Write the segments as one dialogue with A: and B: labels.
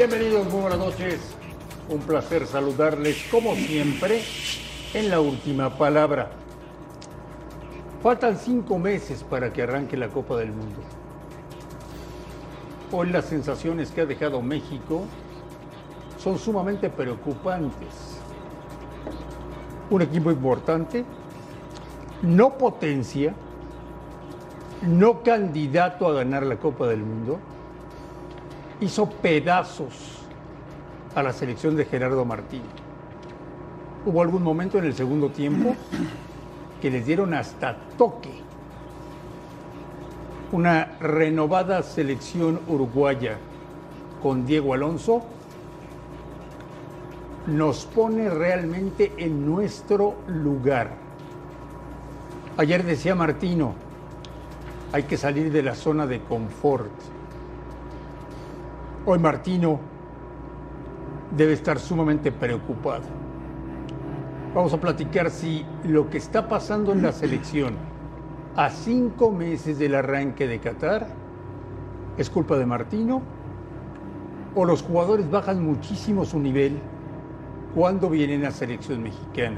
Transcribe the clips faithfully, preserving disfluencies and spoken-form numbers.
A: Bienvenidos, muy buenas noches. Un placer saludarles, como siempre, en La Última Palabra. Faltan cinco meses para que arranque la Copa del Mundo. Hoy las sensaciones que ha dejado México son sumamente preocupantes. Un equipo importante, no potencia, no candidato a ganar la Copa del Mundo, hizo pedazos a la selección de Gerardo Martino. Hubo algún momento en el segundo tiempo que les dieron hasta toque. Una renovada selección uruguaya con Diego Alonso nos pone realmente en nuestro lugar. Ayer decía Martino, hay que salir de la zona de confort. Hoy Martino debe estar sumamente preocupado. Vamos a platicar si lo que está pasando en la selección a cinco meses del arranque de Qatar es culpa de Martino o los jugadores bajan muchísimo su nivel cuando vienen a selección mexicana.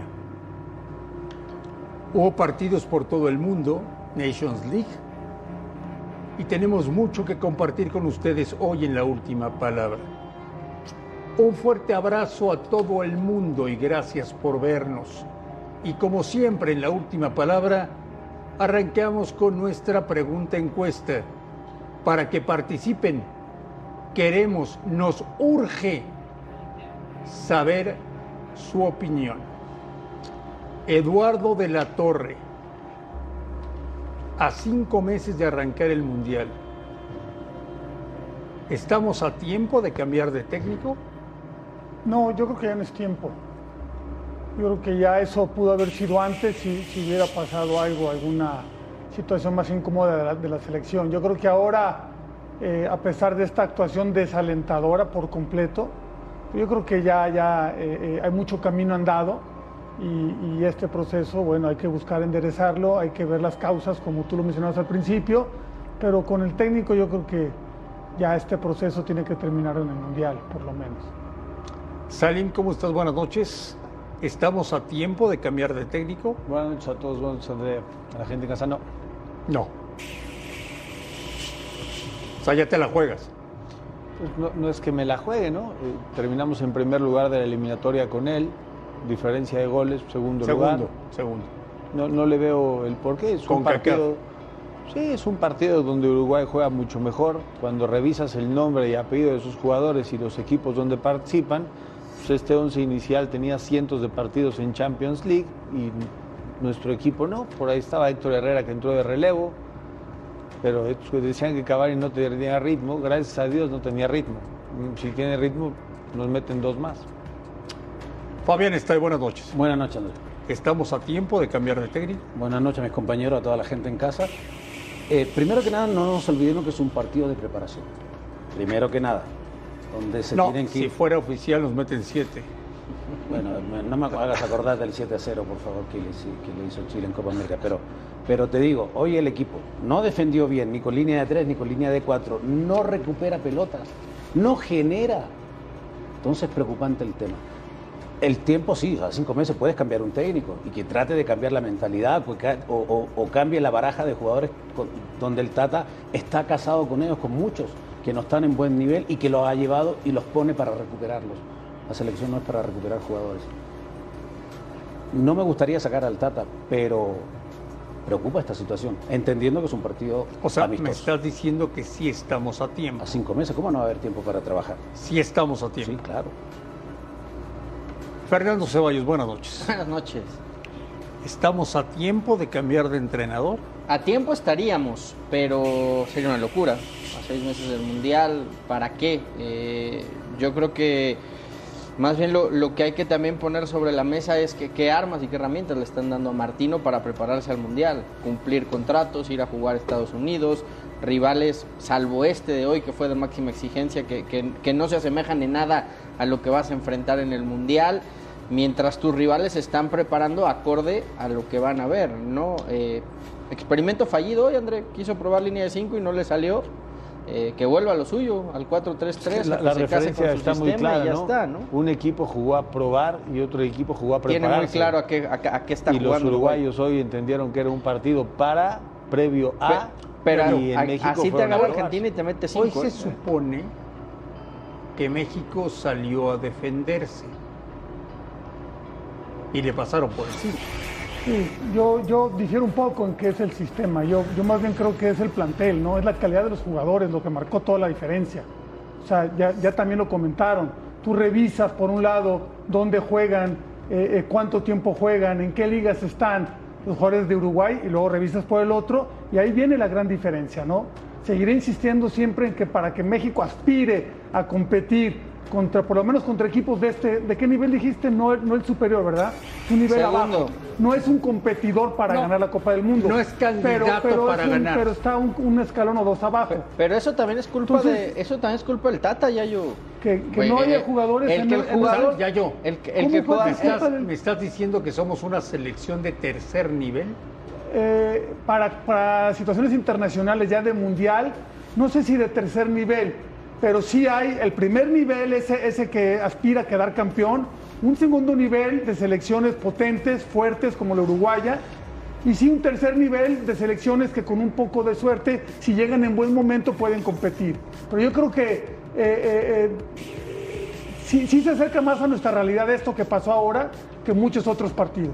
A: Hubo partidos por todo el mundo, Nations League, y tenemos mucho que compartir con ustedes hoy en La Última Palabra. Un fuerte abrazo a todo el mundo y gracias por vernos. Y como siempre en La Última Palabra, arrancamos con nuestra pregunta encuesta. Para que participen, queremos, nos urge saber su opinión. Eduardo de la Torre, a cinco meses de arrancar el Mundial, ¿estamos a tiempo de cambiar de técnico?
B: No, yo creo que ya no es tiempo. Yo creo que ya eso pudo haber sido antes si, si hubiera pasado algo, alguna situación más incómoda de la, de la selección. Yo creo que ahora, eh, a pesar de esta actuación desalentadora por completo, yo creo que ya, ya eh, eh, hay mucho camino andado. Y, y este proceso, bueno, hay que buscar enderezarlo, hay que ver las causas, como tú lo mencionabas al principio, pero con el técnico yo creo que ya este proceso tiene que terminar en el Mundial, por lo menos.
A: Salim, ¿cómo estás? Buenas noches. ¿Estamos a tiempo de cambiar de técnico?
C: Buenas noches a todos, buenas noches, Andrea. A la gente en casa, no.
A: No. O sea, ya te la juegas.
C: Pues no, no es que me la juegue, ¿no? Eh, terminamos en primer lugar de la eliminatoria con él. Diferencia de goles, segundo,
A: segundo
C: lugar.
A: Segundo.
C: No, no le veo el porqué. Es
A: Con
C: un partido. Sí, es un partido donde Uruguay juega mucho mejor. Cuando revisas el nombre y apellido de sus jugadores y los equipos donde participan, pues este once inicial tenía cientos de partidos en Champions League y nuestro equipo no. Por ahí estaba Héctor Herrera, que entró de relevo, pero decían que Cavani no tenía ritmo. Gracias a Dios no tenía ritmo. Si tiene ritmo, nos meten dos más.
A: Fabián está, buenas noches.
D: Buenas noches, Andrés.
A: ¿Estamos a tiempo de cambiar de técnico?
D: Buenas noches a mis compañeros, a toda la gente en casa. Eh, primero que nada, no nos olvidemos que es un partido de preparación. Primero que nada, donde se
A: no,
D: tienen que ir...
A: si fuera oficial nos meten siete.
D: Bueno, no me hagas acordar del siete a cero, por favor, que le, que le hizo Chile en Copa América. Pero, pero te digo, hoy el equipo no defendió bien, ni con línea de tres, ni con línea de cuatro. No recupera pelotas, no genera. Entonces es preocupante el tema. El tiempo sí, a cinco meses puedes cambiar un técnico y que trate de cambiar la mentalidad o, o, o cambie la baraja de jugadores con, donde el Tata está casado con ellos, con muchos que no están en buen nivel y que los ha llevado y los pone para recuperarlos. La selección no es para recuperar jugadores. No me gustaría sacar al Tata, pero preocupa esta situación, entendiendo que es un partido
A: O sea,
D: amistoso.
A: me estás diciendo que sí estamos a tiempo.
D: A cinco meses, ¿cómo no va a haber tiempo para trabajar?
A: Sí estamos a tiempo.
D: Sí, claro.
A: Fernando Ceballos, buenas noches.
E: Buenas noches.
A: ¿Estamos a tiempo de cambiar de entrenador?
E: A tiempo estaríamos, pero sería una locura. A seis meses del Mundial, ¿para qué? Eh, yo creo que más bien lo, lo que hay que también poner sobre la mesa es que qué armas y qué herramientas le están dando a Martino para prepararse al Mundial. Cumplir contratos, ir a jugar a Estados Unidos, rivales, salvo este de hoy que fue de máxima exigencia, que, que, que no se asemejan en nada a lo que vas a enfrentar en el Mundial, mientras tus rivales se están preparando acorde a lo que van a ver, ¿no? Eh, experimento fallido hoy, André, quiso probar línea de cinco y no le salió. eh, que vuelva a lo suyo, al cuatro tres tres,
C: La,
E: a que
C: la
E: se case
C: referencia
E: con su
C: está muy
E: sistema
C: clara,
E: y ya
C: ¿no?
E: está, ¿no?
C: Un equipo jugó a probar y otro equipo jugó a prepararse.
E: Tiene muy claro a qué, a, qué- a qué está
C: y
E: jugando.
C: los uruguayos hoy entendieron que era un partido para, previo a,
E: Pero
C: y en
E: a-
C: México
E: así te
C: fueron a
E: agarra
C: probar.
E: Argentina y te mete
A: Hoy
E: cinco.
A: se
E: ¿eh?
A: supone que México salió a defenderse y le pasaron por encima.
B: Sí, yo, yo difiero un poco en qué es el sistema. Yo, yo más bien creo que es el plantel, ¿no? Es la calidad de los jugadores lo que marcó toda la diferencia. O sea, ya, ya también lo comentaron. Tú revisas, por un lado, dónde juegan, eh, eh, cuánto tiempo juegan, en qué ligas están los jugadores de Uruguay, y luego revisas por el otro, y ahí viene la gran diferencia, ¿no? Seguiré insistiendo siempre en que para que México aspire a competir contra, por lo menos contra equipos de este, ¿de qué nivel dijiste? No, el- no el superior, ¿verdad? Es un nivel
E: Segundo.
B: abajo. No es un competidor para
A: No,
B: ganar la Copa del Mundo.
A: no es candidato para
B: es un-
A: ganar.
B: Pero está un, un escalón o dos abajo.
E: Pero eso también es culpa
B: Entonces-
E: de, eso también es culpa del Tata, ya yo.
B: Que, que no haya jugadores
E: el
B: en
E: que
B: el,
E: el
B: en el-
E: jugador,
A: Ya yo.
E: el, que- el
B: ¿Cómo
E: que
B: puede
E: juega,
A: ¿Me
B: ser?
A: estás, me estás diciendo que somos una selección de tercer nivel?
B: eh, para, para situaciones internacionales ya de mundial, no sé si de tercer nivel, pero sí hay el primer nivel, ese, ese que aspira a quedar campeón, un segundo nivel de selecciones potentes, fuertes como la uruguaya, y sí un tercer nivel de selecciones que con un poco de suerte, si llegan en buen momento, pueden competir. Pero yo creo que eh, eh, eh, sí, sí se acerca más a nuestra realidad esto que pasó ahora que muchos otros partidos.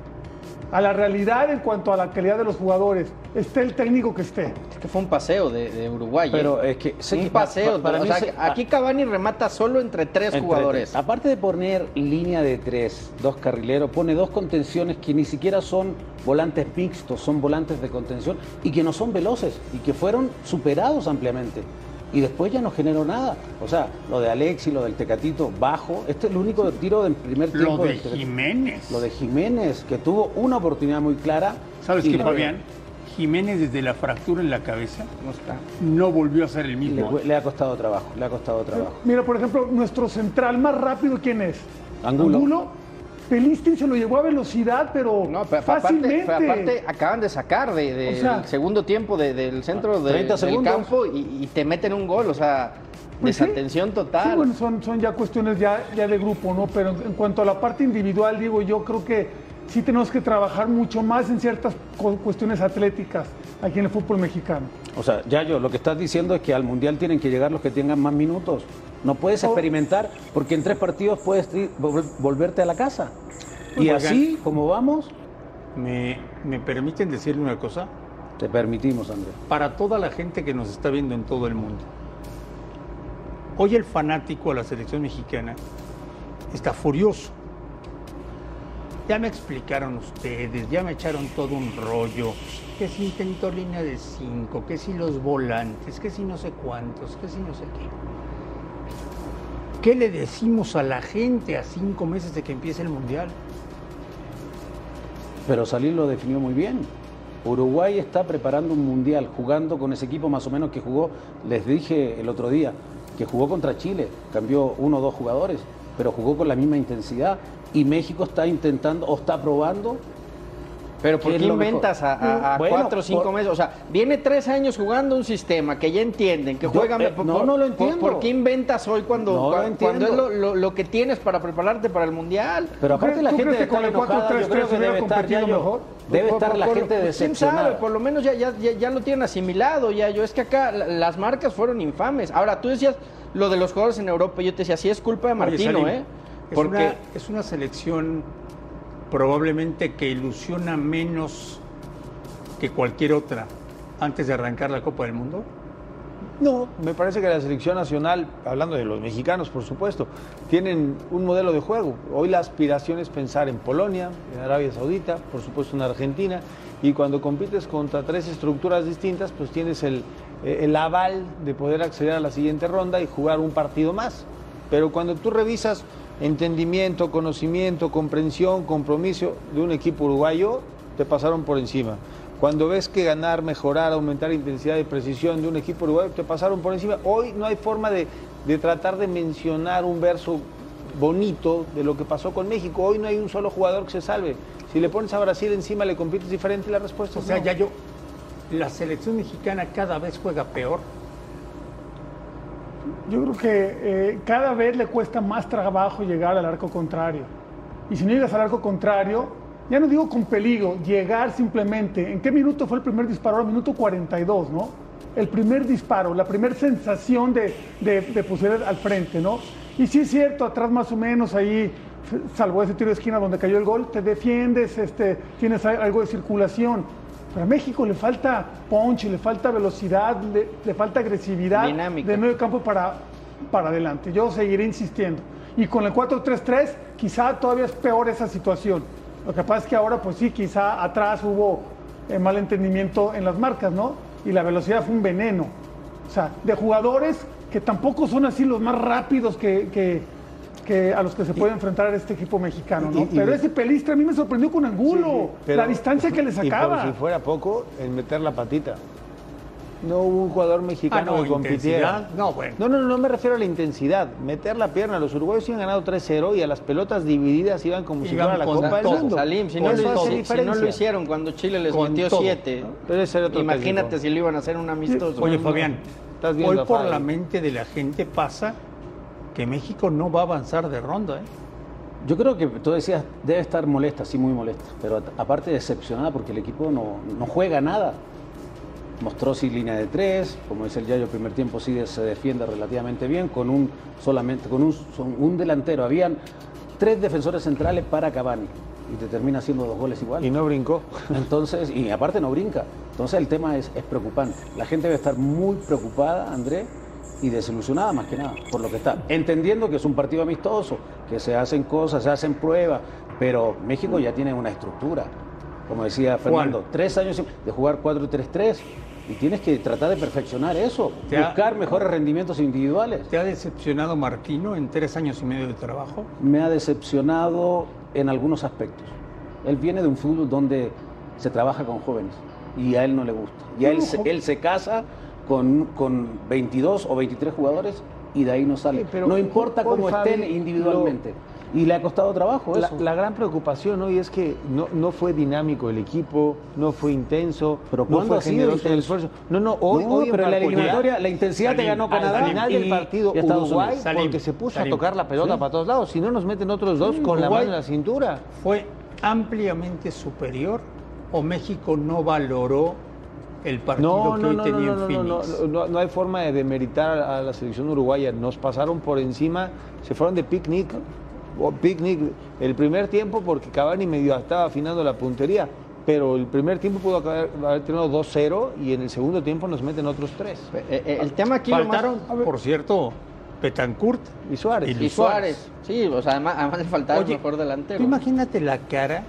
B: A la realidad en cuanto a la calidad de los jugadores, esté el técnico que esté.
E: que fue un paseo de, de Uruguay.
D: Pero
E: ¿eh?
D: es que sé
E: un
D: que pa-
E: paseo.
D: pa- para
E: o
D: mí
E: sea,
D: se-
E: aquí Cavani remata solo entre tres
D: Entre
E: jugadores.
D: tres. Aparte de poner línea de tres, dos carrileros, pone dos contenciones que ni siquiera son volantes mixtos, son volantes de contención y que no son veloces y que fueron superados ampliamente. Y después ya no generó nada. O sea, lo de Alexi, lo del Tecatito, bajo. Este es el único tiro del primer tiempo.
A: Lo de
D: del Tecatito.
A: Jiménez.
D: Lo de Jiménez, que tuvo una oportunidad muy clara.
A: ¿Sabes
D: y
A: qué,
D: le-
A: Fabián? Jiménez, desde la fractura en la cabeza,
E: No está.
A: no volvió a ser el
D: Le,
A: mismo.
D: le ha costado trabajo, le ha costado trabajo.
B: Mira, por ejemplo, nuestro central más rápido, ¿quién es?
D: Angulo.
B: Pelistri se lo llevó a velocidad, pero
E: No, pero aparte,
B: fácilmente.
E: pero aparte acaban de sacar de, de-
B: O sea,
E: del segundo tiempo de- del centro de-
D: treinta
E: del
D: segundos.
E: campo y, y te meten un gol, o sea,
B: Pues sí.
E: desatención total.
B: Sí, bueno, son, son ya cuestiones ya, ya de grupo, ¿no? Pero en cuanto a la parte individual, digo, yo creo que sí tenemos que trabajar mucho más en ciertas cu- cuestiones atléticas aquí en el fútbol mexicano.
D: O sea, Yayo, lo que estás diciendo es que al Mundial tienen que llegar los que tengan más minutos. No puedes
B: Oh.
D: experimentar porque en tres partidos puedes ir- vol- volverte a la casa. Y
A: Oigan.
D: así, como vamos,
A: ¿Me, ¿Me permiten decirle una cosa?
D: te permitimos, Andrés.
A: Para toda la gente que nos está viendo en todo el mundo. Hoy el fanático a la selección mexicana está furioso. Ya me explicaron ustedes, ya me echaron todo un rollo, que si intentó línea de cinco, que si los volantes, que si no sé cuántos, que si no sé qué. ¿Qué le decimos a la gente a cinco meses de que empiece el Mundial?
D: Pero Salín lo definió muy bien. Uruguay está preparando un Mundial, jugando con ese equipo más o menos que jugó, les dije el otro día, que jugó contra Chile, cambió uno o dos jugadores, pero jugó con la misma intensidad. Y México está intentando o está probando.
E: Pero ¿por
D: ¿qué
E: qué
D: es lo
E: inventas a, a- a
D: Bueno,
E: cuatro o cinco
D: por-
E: meses? O sea, viene tres años jugando un sistema que ya entienden, que
D: Yo,
E: juegan...
D: eh,
E: por-
D: no,
E: por-
D: no lo
E: por-
D: entiendo.
E: ¿Por qué inventas hoy cuando,
D: No lo
E: cua-
D: entiendo.
E: cuando es lo, lo- lo que tienes para prepararte para el Mundial?
D: Pero
B: ¿Tú
D: aparte
B: crees-
D: la
B: tú
D: gente
B: crees que
D: está
B: con el cuatro
D: enojada,
B: tres
D: yo creo
B: tres
D: que
B: hubiera
D: debe estar,
B: competido
D: Yayo,
B: mejor?
D: debe
E: Por-
D: estar
E: por-
D: la
E: por-
D: gente
E: ¿Quién
D: decepcionada.
E: sabe? Por lo menos ya, ya, ya, ya lo tienen asimilado, ya yo. Es que acá la- las marcas fueron infames. Ahora, tú decías lo de los jugadores en Europa, y yo te decía, sí es culpa de
A: Oye,
E: Martino,
A: Salim,
E: ¿eh?
A: Es,
E: Porque...
A: una, es una selección probablemente que ilusiona menos que cualquier otra antes de arrancar la Copa del Mundo.
C: No, me parece que la selección nacional, hablando de los mexicanos, por supuesto, tienen un modelo de juego. Hoy la aspiración es pensar en Polonia, en Arabia Saudita, por supuesto en Argentina, y cuando compites contra tres estructuras distintas, pues tienes el, eh, el aval de poder acceder a la siguiente ronda y jugar un partido más. Pero cuando tú revisas entendimiento, conocimiento, comprensión, compromiso de un equipo uruguayo, te pasaron por encima. Cuando ves que ganar, mejorar, aumentar intensidad y precisión de un equipo uruguayo, te pasaron por encima. Hoy no hay forma de, de tratar de mencionar un verso bonito de lo que pasó con México. Hoy no hay un solo jugador que se salve. Si le pones a Brasil encima, le compites diferente, la respuesta
A: O
C: es
A: sea,
C: no.
A: ya yo, la selección mexicana cada vez juega peor.
B: Yo creo que eh, cada vez le cuesta más trabajo llegar al arco contrario. Y si no llegas al arco contrario, ya no digo con peligro, llegar simplemente. ¿En qué minuto fue el primer disparo? Al minuto cuarenta y dos, ¿no? El primer disparo, la primera sensación de, de, de posibilidad al frente, ¿no? Y sí es cierto, atrás más o menos ahí, salvo ese tiro de esquina donde cayó el gol, te defiendes, este, tienes algo de circulación. Pero a México le falta punch, le falta velocidad, le, le falta agresividad
E: dinámica
B: de medio campo para, para adelante. Yo seguiré insistiendo. Y con el cuatro tres tres quizá todavía es peor esa situación. Lo que pasa es que ahora pues sí, quizá atrás hubo eh, mal entendimiento en las marcas, ¿no? Y la velocidad fue un veneno. O sea, de jugadores que tampoco son así los más rápidos que... que Que a los que se puede y, enfrentar este equipo mexicano, ¿no? Y, y, pero y, ese Pelistri a mí me sorprendió con Angulo, sí, sí, pero, la distancia que le sacaba.
C: Y por si fuera poco, en meter la patita. No hubo un jugador mexicano
A: ah, no,
C: que compitiera.
A: No, bueno.
C: No, no, no me refiero a la intensidad. Meter la pierna. Los uruguayos iban ganado tres cero y a las pelotas divididas iban como si fuera la Copa del Mundo.
E: Salim, si no, lo, si, si no lo hicieron cuando Chile les con metió todo, siete, ¿no? Pero ese era otro imagínate técnico. Si lo iban a hacer un amistoso.
A: Oye, Fabián, hoy por la mente de la gente pasa que México no va a avanzar de ronda, ¿eh?
D: Yo creo que tú decías, debe estar molesta, sí, muy molesta, pero aparte decepcionada porque el equipo no, no juega nada. Mostró sí línea de tres, como dice el Yayo, el primer tiempo sí se defiende relativamente bien, con un solamente con un, un delantero. Habían tres defensores centrales para Cavani y te termina haciendo dos goles igual.
C: Y no brincó.
D: Entonces, y aparte no brinca. Entonces el tema es, es preocupante. La gente debe estar muy preocupada, André, y desilusionada más que nada por lo que está, entendiendo que es un partido amistoso, que se hacen cosas, se hacen pruebas, pero México ya tiene una estructura, como decía Fernando, ¿Cuál? tres años de jugar cuatro tres tres y tienes que tratar de perfeccionar eso, buscar ha, mejores rendimientos individuales.
A: ¿Te ha decepcionado Martino en tres años y medio de trabajo?
D: Me ha decepcionado en algunos aspectos. Él viene de un fútbol donde se trabaja con jóvenes y a él no le gusta, y a él, se, él se casa Con, con veintidós o veintitrés jugadores y de ahí no sale. Sí, pero no importa cómo Fabi, estén individualmente. Lo, y le ha costado trabajo eso.
C: La, la gran preocupación hoy es que no, no fue dinámico el equipo, no fue intenso,
D: pero
C: no fue
D: generoso
C: el esfuerzo. No, no, hoy,
D: no,
C: hoy
D: pero en la eliminatoria la intensidad
C: Salim,
D: te ganó Canadá.
C: Al final del partido Uruguay,
A: Salim,
C: porque se puso
A: Salim,
C: a tocar la pelota
A: sí.
C: para todos lados. Si no nos meten otros dos sí, con Uruguay la mano en la cintura.
A: ¿Fue ampliamente superior o México no valoró el partido
C: no,
A: que
C: no,
A: hoy
C: no,
A: tenía
C: no,
A: en
C: no,
A: Phoenix?
C: No, no, no, no hay forma de demeritar a la selección uruguaya. Nos pasaron por encima, se fueron de picnic, o picnic el primer tiempo porque Cavani medio estaba afinando la puntería, pero el primer tiempo pudo haber, haber tenido dos cero y en el segundo tiempo nos meten otros tres.
E: Eh, eh, el tema aquí
A: faltaron,
E: lo más...
A: por cierto, Betancourt
C: y Suárez.
E: Y, y Suárez. Suárez. Sí, o sea, además, además le faltaba el mejor delantero.
A: Imagínate la cara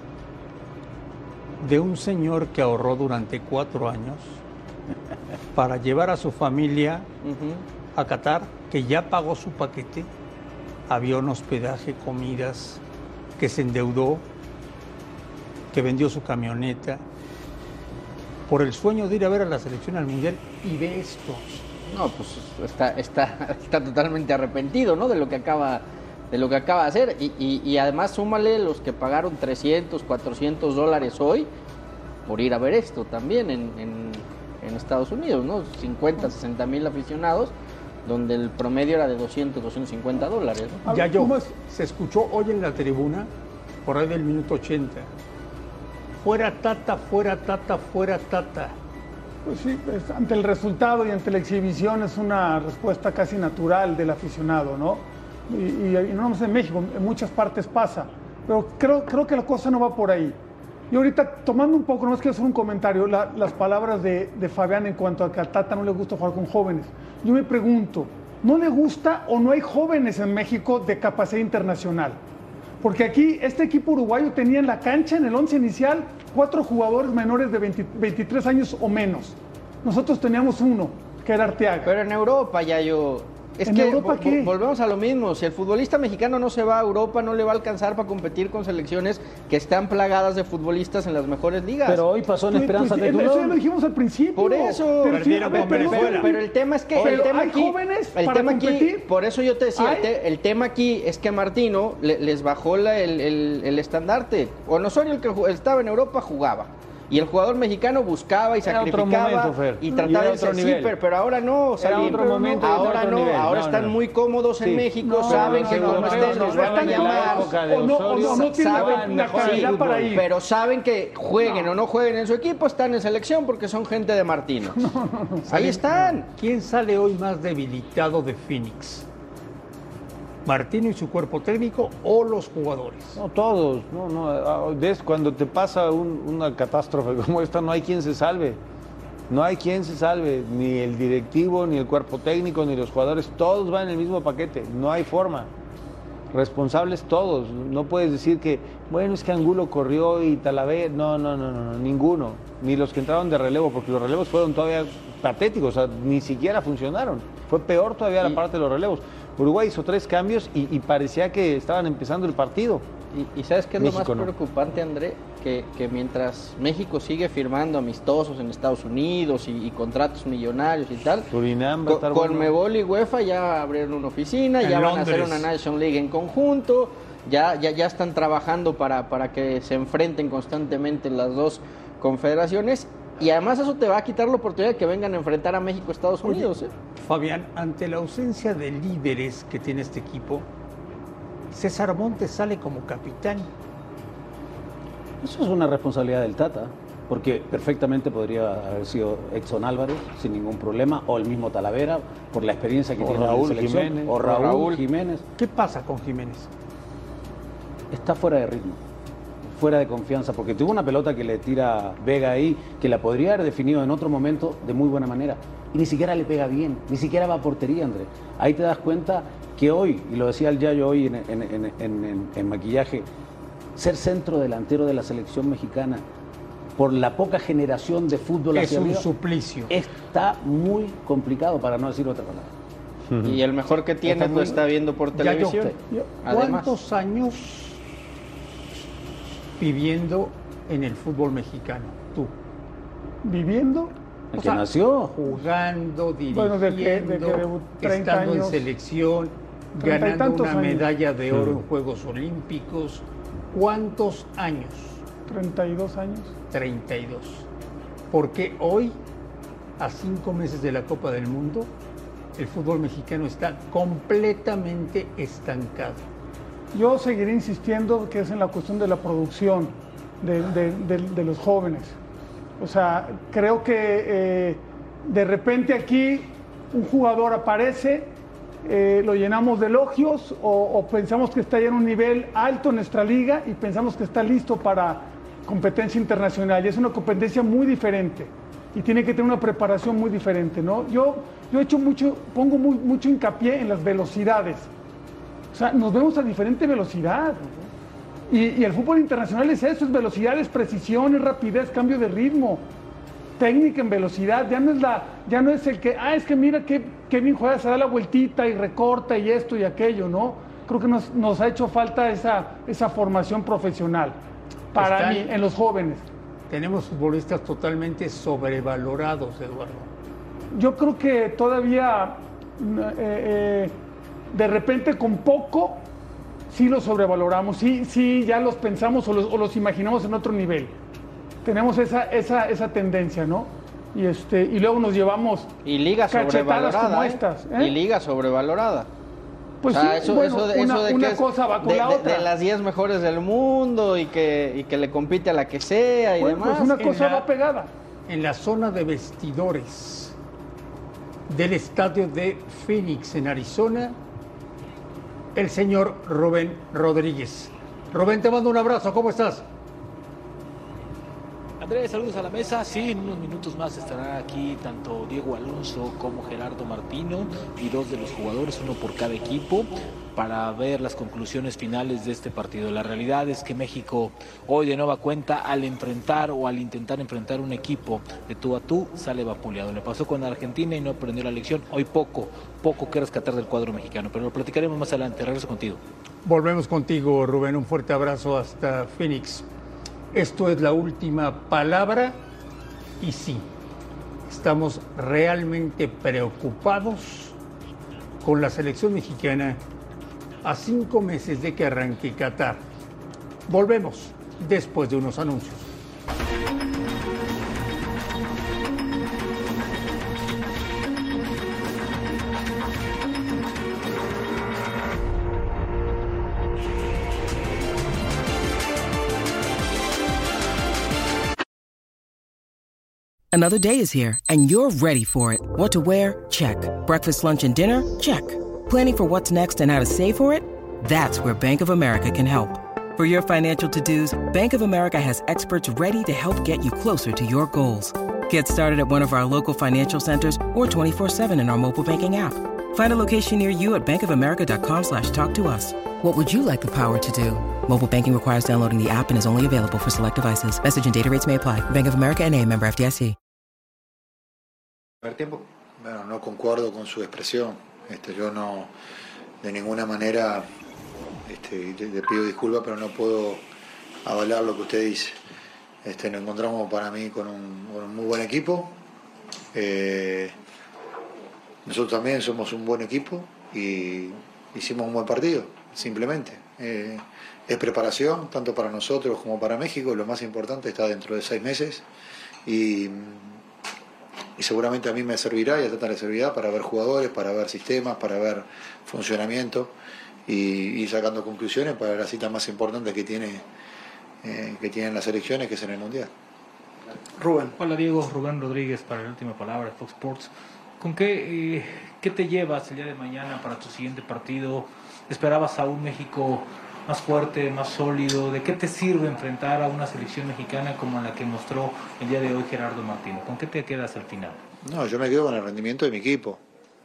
A: de un señor que ahorró durante cuatro años para llevar a su familia uh-huh. a Qatar, que ya pagó su paquete, avión, hospedaje, comidas, que se endeudó, que vendió su camioneta, por el sueño de ir a ver a la selección al Mundial, y ve esto.
E: No, pues está, está, está totalmente arrepentido, ¿no? De lo que acaba, de lo que acaba de hacer. Y, y, y además súmale los que pagaron trescientos, cuatrocientos dólares hoy por ir a ver esto también en, en, en Estados Unidos, ¿no? cincuenta, sesenta mil aficionados, donde el promedio era de doscientos, doscientos cincuenta dólares, ¿no?
A: Ya yo, se escuchó hoy en la tribuna, por ahí del minuto ochenta, fuera Tata, fuera Tata, fuera Tata.
B: Pues sí, pues, ante el resultado y ante la exhibición es una respuesta casi natural del aficionado, ¿no? Y, y, y no nomás en México, en muchas partes pasa. Pero creo, creo que la cosa no va por ahí. Y ahorita, tomando un poco, no es quiero hacer un comentario, la, las palabras de, de Fabián en cuanto a que a Tata no le gusta jugar con jóvenes. Yo me pregunto, ¿no le gusta o no hay jóvenes en México de capacidad internacional? Porque aquí este equipo uruguayo tenía en la cancha, en el once inicial, cuatro jugadores menores de veinte, veintitrés años o menos. Nosotros teníamos uno, que era Arteaga.
E: Pero en Europa ya yo... Es
B: ¿En
E: que
B: Europa qué?
E: Volvemos a lo mismo. Si el futbolista mexicano no se va a Europa, no le va a alcanzar para competir con selecciones que están plagadas de futbolistas en las mejores ligas.
D: Pero hoy pasó en Esperanza
B: pues,
D: de
B: Eso ya lo dijimos al principio.
E: Por eso.
B: Pero,
A: Perdieron
B: pero,
A: con
B: pero,
A: Venezuela.
E: pero el tema es que
B: Oye,
E: el tema
B: ¿hay
E: aquí,
B: jóvenes
E: el
B: para
E: tema
B: competir?
E: aquí, por eso yo te decía, el, te, el tema aquí es que a Martino le, les bajó la, el, el, el estandarte. Con Osorio, el que estaba en Europa, jugaba. Y el jugador mexicano buscaba y
C: Era otro
E: sacrificaba
C: momento, Fer.
E: y
C: Y
E: trataba
C: era
E: de
C: otro
E: ser
C: nivel.
E: sí, pero ahora no, Salim.
C: otro momento y era
E: ahora
C: otro
E: no,
C: nivel.
E: ahora
C: No,
E: están
C: no.
E: muy cómodos en
C: Sí.
E: México,
B: No,
E: saben
B: no,
E: que
B: no,
E: como
B: no,
E: estén
B: no,
E: los
B: no,
E: van a
B: no,
E: llamar.
C: época de
B: O no, o
C: Osorio,
B: no, no tienen
E: saben-
B: la, la
C: mejor
B: calidad
C: fútbol.
B: para ir.
E: Pero saben que jueguen o no jueguen en su equipo, están en selección porque son gente de Martino. Ahí están.
A: ¿Quién sale hoy más debilitado de Phoenix? ¿Martino y su cuerpo técnico o los jugadores?
C: No, todos. No, no. ¿Ves? Cuando te pasa un- una catástrofe como esta, no hay quien se salve. No hay quien se salve. Ni el directivo, ni el cuerpo técnico, ni los jugadores. Todos van en el mismo paquete. No hay forma. Responsables todos. No puedes decir que, bueno, es que Angulo corrió y Talavera. No, no, no, no, no, ninguno. Ni los que entraron de relevo, porque los relevos fueron todavía patéticos. O sea, ni siquiera funcionaron. Fue peor todavía la parte de los relevos. Uruguay hizo tres cambios y, y parecía que estaban empezando el partido.
E: Y, y ¿sabes qué es
C: México
E: lo más
C: no.
E: preocupante, André? Que, que mientras México sigue firmando amistosos en Estados Unidos y, y contratos millonarios y tal,
C: Surinam va a
E: Co-
C: estar bueno.
E: Conmebol y UEFA ya abrieron una oficina,
A: En
E: ya van a hacer
A: Londres.
E: una Nation League en conjunto, ya, ya, ya están trabajando para, para que se enfrenten constantemente las dos confederaciones. Y además eso te va a quitar la oportunidad de que vengan a enfrentar a México Estados
A: Oye,
E: Unidos. ¿eh?
A: Fabián, ante la ausencia de líderes que tiene este equipo, César Montes sale como capitán.
D: Eso es una responsabilidad del Tata, porque perfectamente podría haber sido Edson Álvarez sin ningún problema, o el mismo Talavera, por la experiencia que
C: O
D: tiene
C: Raúl
D: en la selección,
C: Jiménez.
D: o Raúl,
E: O Raúl.
D: Jiménez.
A: ¿Qué pasa con Jiménez?
D: Está fuera de ritmo, fuera de confianza, porque tuvo una pelota que le tira Vega ahí, que la podría haber definido en otro momento de muy buena manera, y ni siquiera le pega bien, ni siquiera va a portería, André. Ahí te das cuenta que hoy, y lo decía el Yayo hoy en, en- en- en- en- en maquillaje, ser centro delantero de la selección mexicana, por la poca generación de fútbol
A: Es
D: hacia
A: un
D: arriba,
A: suplicio.
D: está muy complicado, para no decir otra palabra.
E: Y el mejor que tiene
D: Está
E: lo
D: muy-
E: está viendo por
A: Ya yo-
E: televisión.
A: yo-
E: Además.
A: ¿Cuántos años viviendo en el fútbol mexicano? Tú,
B: Viviendo,
D: El
B: o
D: que
B: sea,
D: nació,
A: jugando, dirigiendo,
B: Bueno, de que- de que debut- treinta
A: estando
B: años,
A: en selección,
B: treinta y
A: ganando
B: tantos
A: una
B: años.
A: medalla de oro en Juegos Olímpicos. ¿Cuántos años?
B: treinta y dos años.
A: treinta y dos. Porque hoy, a cinco meses de la Copa del Mundo, el fútbol mexicano está completamente estancado.
B: Yo seguiré insistiendo que es en la cuestión de la producción de, de- de- de los jóvenes. O sea, creo que eh, de repente aquí un jugador aparece, eh, lo llenamos de elogios o, o pensamos que está ya en un nivel alto en nuestra liga y pensamos que está listo para competencia internacional. Y es una competencia muy diferente y tiene que tener una preparación muy diferente, ¿no? Yo, yo he hecho mucho, pongo muy, mucho hincapié en las velocidades. O sea, nos vemos a diferente velocidad. Y, y el fútbol internacional es eso, es velocidad, es precisión, es rapidez, cambio de ritmo, técnica en velocidad. Ya no es la, ya no es el que, ah, es que mira qué, qué bien juega, se da la vueltita y recorta y esto y aquello, ¿no? Creo que nos, nos ha hecho falta esa, esa formación profesional para
A: Están-
B: mí, en los jóvenes.
A: Tenemos futbolistas totalmente sobrevalorados, Eduardo.
B: Yo creo que todavía mm, eh, eh, de repente con poco sí los sobrevaloramos, sí, sí ya los pensamos o los, o los imaginamos en otro nivel. Tenemos esa, esa, esa tendencia, ¿no? Y, este, y luego nos llevamos
E: Y liga
B: cachetadas
E: sobrevalorada.
B: como
E: ¿eh?
B: estas. ¿eh?
E: Y liga sobrevalorada.
B: Pues
E: O sea,
B: sí,
E: eso,
B: bueno,
E: eso de,
B: una,
E: eso de
B: una
E: que es
B: cosa va con
E: de,
B: la
E: de-
B: otra.
E: de las diez mejores del mundo y que, y que le compite a la que sea y
B: Bueno,
E: demás.
B: pues una
A: en
B: cosa
A: la-
B: va pegada.
A: En la zona de vestidores del estadio de Phoenix, en Arizona, el señor Rubén Rodríguez. Rubén, te mando un abrazo, ¿cómo estás?
F: Andrés, saludos a la mesa. Sí, en unos minutos más estarán aquí tanto Diego Alonso como Gerardo Martino y dos de los jugadores, uno por cada equipo, para ver las conclusiones finales de este partido. La realidad es que México hoy de nueva cuenta, al enfrentar o al intentar enfrentar un equipo de tú a tú, sale vapuleado. Le pasó con Argentina y no aprendió la lección. Hoy poco, poco que rescatar del cuadro mexicano, pero lo platicaremos más adelante. Regreso contigo.
A: Volvemos contigo, Rubén. Un fuerte abrazo hasta Phoenix. Esto es la última palabra y sí, estamos realmente preocupados con la selección mexicana a cinco meses de que arranque Qatar. Volvemos después de unos anuncios.
G: Another day is here, and you're ready for it. What to wear? Check. Breakfast, lunch, and dinner? Check. Planning for what's next and how to save for it? That's where Bank of America can help. For your financial to-dos, Bank of America has experts ready to help get you closer to your goals. Get started at one of our local financial centers or twenty-four seven in our mobile banking app. Find a location near you at bankofamerica.com slash talk to us. What would you like the power to do? Mobile banking requires downloading the app and is only available for select devices. Message and data rates may apply. Bank of America N A, member F D I C.
H: Tiempo. Bueno, no concuerdo con su expresión. Este, yo no, de ninguna manera, este, le, le pido disculpas, pero no puedo avalar lo que usted dice. Este, nos encontramos para mí con un, con un muy buen equipo. Eh, nosotros también somos un buen equipo y hicimos un buen partido, simplemente. Eh, es preparación, tanto para nosotros como para México. Lo más importante está dentro de seis meses y... y seguramente a mí me servirá y a Tata le servirá para ver jugadores, para ver sistemas, para ver funcionamiento y, y sacando conclusiones para la cita más importante que tiene eh, que tienen las elecciones, que es en el Mundial.
I: Rubén.
F: Hola Diego, Rubén Rodríguez para la última palabra de Fox Sports. ¿Con qué, eh, qué te llevas el día de mañana para tu siguiente partido? ¿Esperabas a un México más fuerte, más sólido? ¿De qué te sirve enfrentar a una selección mexicana como la que mostró el día de hoy Gerardo Martino? ¿Con qué te quedas al final?
H: No, yo me quedo con el rendimiento de mi equipo.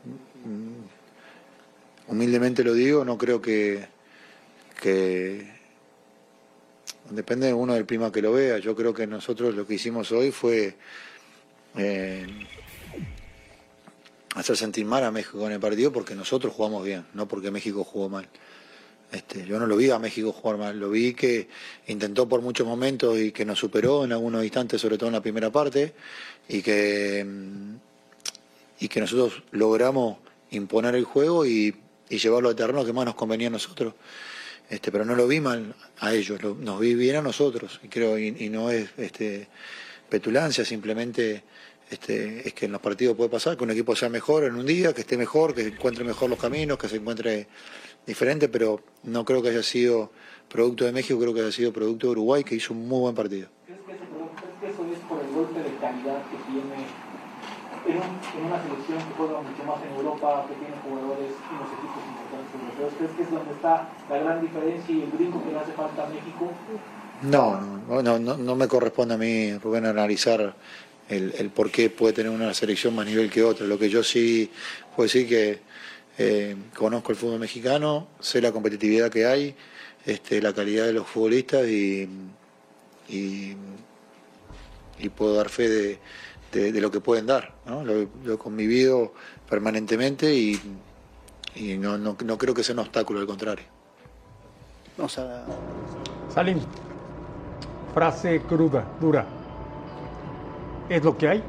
H: Humildemente lo digo, no creo que, que depende de uno del prima que lo vea. Yo creo que nosotros lo que hicimos hoy fue eh, hacer sentir mal a México en el partido porque nosotros jugamos bien, no porque México jugó mal. Este, yo no lo vi a México jugar mal, lo vi que intentó por muchos momentos y que nos superó en algunos instantes, sobre todo en la primera parte, y que, y que nosotros logramos imponer el juego y, y llevarlo al terreno que más nos convenía a nosotros. Este, pero no lo vi mal a ellos, lo, nos vi bien a nosotros, y creo y, y no es este, petulancia, simplemente este, es que en los partidos puede pasar que un equipo sea mejor en un día, que esté mejor, que encuentre mejor los caminos, que se encuentre diferente, pero no creo que haya sido producto de México, creo que haya sido producto de Uruguay, que hizo un muy buen partido.
J: ¿Crees que, ¿crees que eso es por el golpe de calidad que tiene en, un, en una selección que juega mucho más en Europa, que tiene jugadores en los equipos importantes europeos? ¿Crees que es donde está la gran diferencia y el brinco que le hace falta a México?
H: No, no, no, no, no me corresponde a mí, Rubén, analizar el, el por qué puede tener una selección más nivel que otra. Lo que yo sí puedo decir que Eh, conozco el fútbol mexicano, sé la competitividad que hay, este, la calidad de los futbolistas y, y, y puedo dar fe de, de, de lo que pueden dar, ¿no? Lo, lo he convivido permanentemente y, y no, no, no creo que sea un obstáculo, al contrario.
I: Vamos a...
A: Salim, frase cruda, dura. ¿Es lo que hay?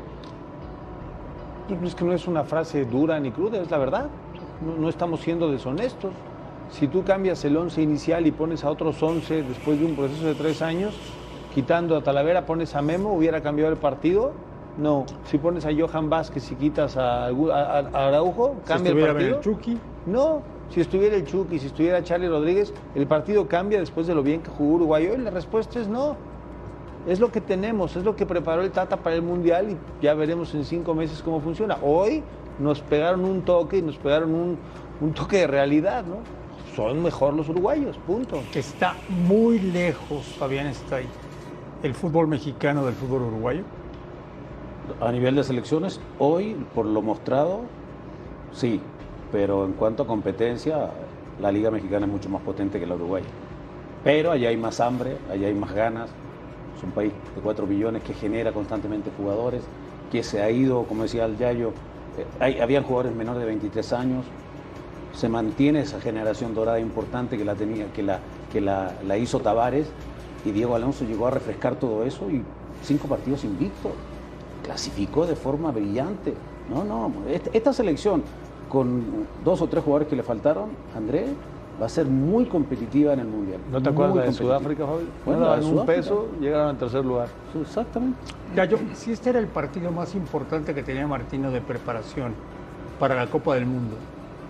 C: Es que no es una frase dura ni cruda, es la verdad. No, no estamos siendo deshonestos. Si tú cambias el once inicial y pones a otros once después de un proceso de tres años, quitando a Talavera, pones a Memo, ¿hubiera cambiado el partido? No. Si pones a Johan Vázquez y quitas a, a, a Araujo, ¿cambia
A: si
C: el partido?
A: El Chucky.
C: No. Si estuviera el Chucky, si estuviera Charly Rodríguez, ¿el partido cambia después de lo bien que jugó Uruguay hoy? La respuesta es no. Es lo que tenemos, es lo que preparó el Tata para el Mundial y ya veremos en cinco meses cómo funciona. Hoy nos pegaron un toque y nos pegaron un, un toque de realidad, ¿no? Son mejor los uruguayos, punto.
A: Está muy lejos, Fabián está ahí, el fútbol mexicano del fútbol uruguayo.
D: A nivel de selecciones, hoy, por lo mostrado, sí, pero en cuanto a competencia, la Liga Mexicana es mucho más potente que la uruguaya. Pero allá hay más hambre, allá hay más ganas. Es un país de cuatro millones que genera constantemente jugadores, que se ha ido, como decía el Yayo, eh, hay, habían jugadores menores de veintitrés años, se mantiene esa generación dorada importante que la tenía, que la, que la, la hizo Tavares, y Diego Alonso llegó a refrescar todo eso y cinco partidos invictos, clasificó de forma brillante. No, no, esta, esta selección con dos o tres jugadores que le faltaron, André, va a ser muy competitiva en el Mundial.
C: ¿No te acuerdas de Sudáfrica, Javi?
D: Bueno,
C: daban un peso, llegaron al tercer lugar.
D: Exactamente.
A: Ya, yo, si este era el partido más importante que tenía Martino de preparación para la Copa del Mundo,